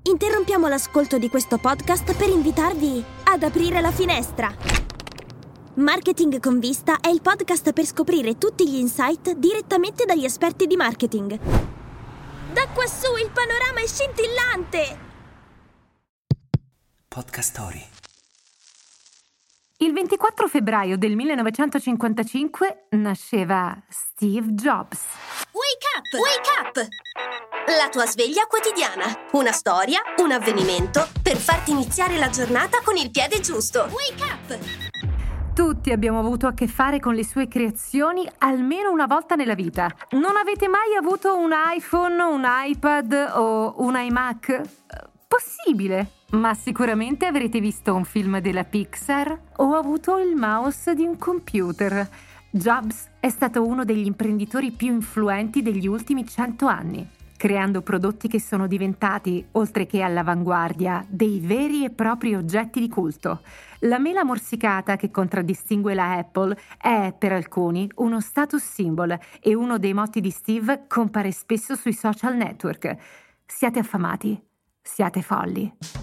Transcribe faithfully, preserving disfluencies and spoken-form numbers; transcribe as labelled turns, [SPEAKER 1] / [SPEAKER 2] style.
[SPEAKER 1] Interrompiamo l'ascolto di questo podcast per invitarvi ad aprire la finestra. Marketing con Vista è il podcast per scoprire tutti gli insight direttamente dagli esperti di marketing. Da quassù il panorama è scintillante!
[SPEAKER 2] Podcast Story.
[SPEAKER 3] Il ventiquattro febbraio del millenovecentocinquantacinque nasceva Steve Jobs.
[SPEAKER 4] Wake up! Wake up! La tua sveglia quotidiana. Una storia, un avvenimento per farti iniziare la giornata con il piede giusto. Wake up!
[SPEAKER 3] Tutti abbiamo avuto a che fare con le sue creazioni almeno una volta nella vita. Non avete mai avuto un iPhone, un iPad o un iMac? Possibile, ma sicuramente avrete visto un film della Pixar o avuto il mouse di un computer. Jobs è stato uno degli imprenditori più influenti degli ultimi cento anni, creando prodotti che sono diventati, oltre che all'avanguardia, dei veri e propri oggetti di culto. La mela morsicata che contraddistingue la Apple è, per alcuni, uno status symbol e uno dei motti di Steve compare spesso sui social network. Siate affamati, siate folli.